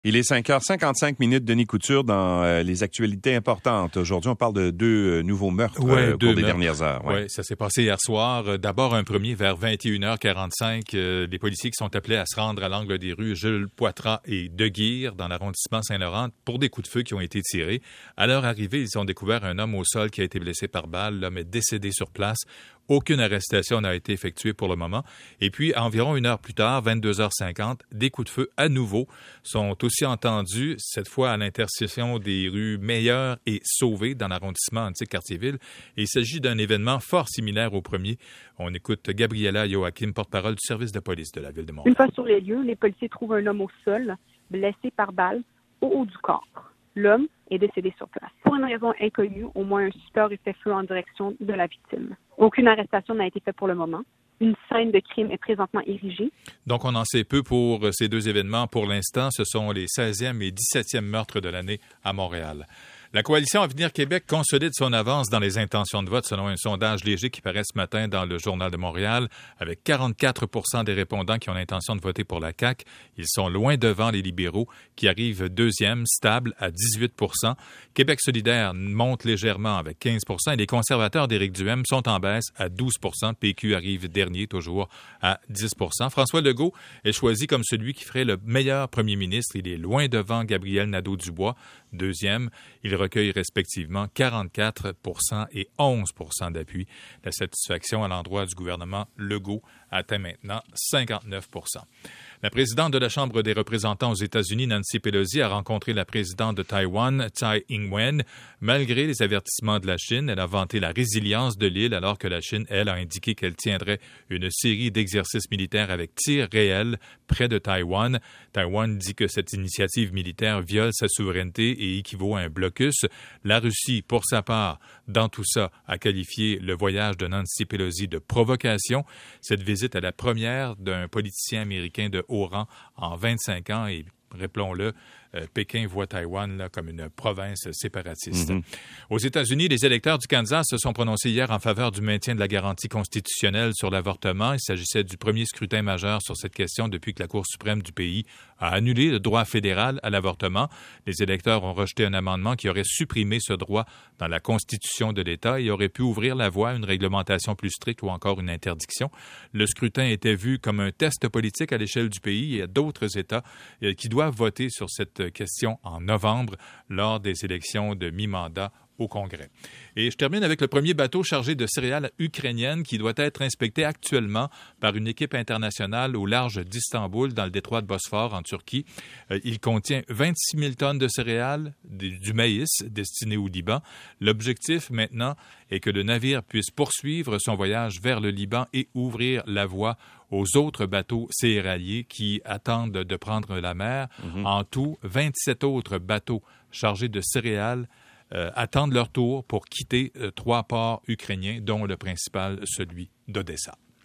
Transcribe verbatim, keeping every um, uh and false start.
Il est cinq heures cinquante-cinq minutes, Denis Couture, dans euh, les actualités importantes. Aujourd'hui, on parle de deux euh, nouveaux meurtres ouais, euh, au cours des meurtres. dernières heures. Oui, ouais, ça s'est passé hier soir. D'abord, un premier vers vingt et une heures quarante-cinq. Euh, les policiers qui sont appelés à se rendre à l'angle des rues Jules Poitras et De Guire, dans l'arrondissement Saint-Laurent, pour des coups de feu qui ont été tirés. À leur arrivée, ils ont découvert un homme au sol qui a été blessé par balle. L'homme est décédé sur place. Aucune arrestation n'a été effectuée pour le moment. Et puis, à environ une heure plus tard, vingt-deux heures cinquante, des coups de feu à nouveau sont aussi entendus, cette fois à l'intersection des rues Meilleure et Sauvé, dans l'arrondissement Antique-Cartierville. Et il s'agit d'un événement fort similaire au premier. On écoute Gabriela Joachim, porte-parole du service de police de la Ville de Montréal. Une fois sur les lieux, les policiers trouvent un homme au sol, blessé par balle, au haut du corps. L'homme est décédé sur place. Pour une raison inconnue, au moins un suspect aurait fait feu en direction de la victime. Aucune arrestation n'a été faite pour le moment. Une scène de crime est présentement érigée. Donc, on en sait peu pour ces deux événements. Pour l'instant, ce sont les seizième et dix-septième meurtres de l'année à Montréal. La coalition Avenir Québec consolide son avance dans les intentions de vote selon un sondage léger qui paraît ce matin dans le Journal de Montréal. Avec quarante-quatre pour cent des répondants qui ont l'intention de voter pour la C A Q, ils sont loin devant les libéraux qui arrivent deuxième, stable à dix-huit pour cent. Québec solidaire monte légèrement avec quinze pour cent et les conservateurs d'Éric Duhaime sont en baisse à douze pour cent. P Q arrive dernier, toujours à dix pour cent. François Legault est choisi comme celui qui ferait le meilleur premier ministre. Il est loin devant Gabriel Nadeau-Dubois, deuxième. Il recueille respectivement quarante-quatre pour cent et onze pour cent d'appui. La satisfaction à l'endroit du gouvernement Legault atteint maintenant cinquante-neuf pour cent. La présidente de la Chambre des représentants aux États-Unis, Nancy Pelosi, a rencontré la présidente de Taïwan, Tsai Ing-wen. Malgré les avertissements de la Chine, elle a vanté la résilience de l'île alors que la Chine, elle, a indiqué qu'elle tiendrait une série d'exercices militaires avec tirs réels près de Taïwan. Taïwan dit que cette initiative militaire viole sa souveraineté et équivaut à un blocus. La Russie, pour sa part, dans tout ça, a qualifié le voyage de Nancy Pelosi de provocation. Cette visite est la première d'un politicien américain de haut rang en vingt-cinq ans et, rappelons-le, euh, Pékin voit Taïwan là, comme une province séparatiste. Mm-hmm. Aux États-Unis, les électeurs du Kansas se sont prononcés hier en faveur du maintien de la garantie constitutionnelle sur l'avortement. Il s'agissait du premier scrutin majeur sur cette question depuis que la Cour suprême du pays a annulé le droit fédéral à l'avortement. Les électeurs ont rejeté un amendement qui aurait supprimé ce droit dans la Constitution de l'État et aurait pu ouvrir la voie à une réglementation plus stricte ou encore une interdiction. Le scrutin était vu comme un test politique à l'échelle du pays. Il y a d'autres États euh, qui doivent voter sur cette question en novembre lors des élections de mi-mandat au Congrès. Et je termine avec le premier bateau chargé de céréales ukrainiennes qui doit être inspecté actuellement par une équipe internationale au large d'Istanbul, dans le détroit de Bosphore, en Turquie. Euh, il contient vingt-six mille tonnes de céréales, du, du maïs destiné au Liban. L'objectif maintenant est que le navire puisse poursuivre son voyage vers le Liban et ouvrir la voie aux autres bateaux céréaliers qui attendent de prendre la mer. Mm-hmm. En tout, vingt-sept autres bateaux chargés de céréales Euh, attendent leur tour pour quitter euh, trois ports ukrainiens, dont le principal, celui d'Odessa.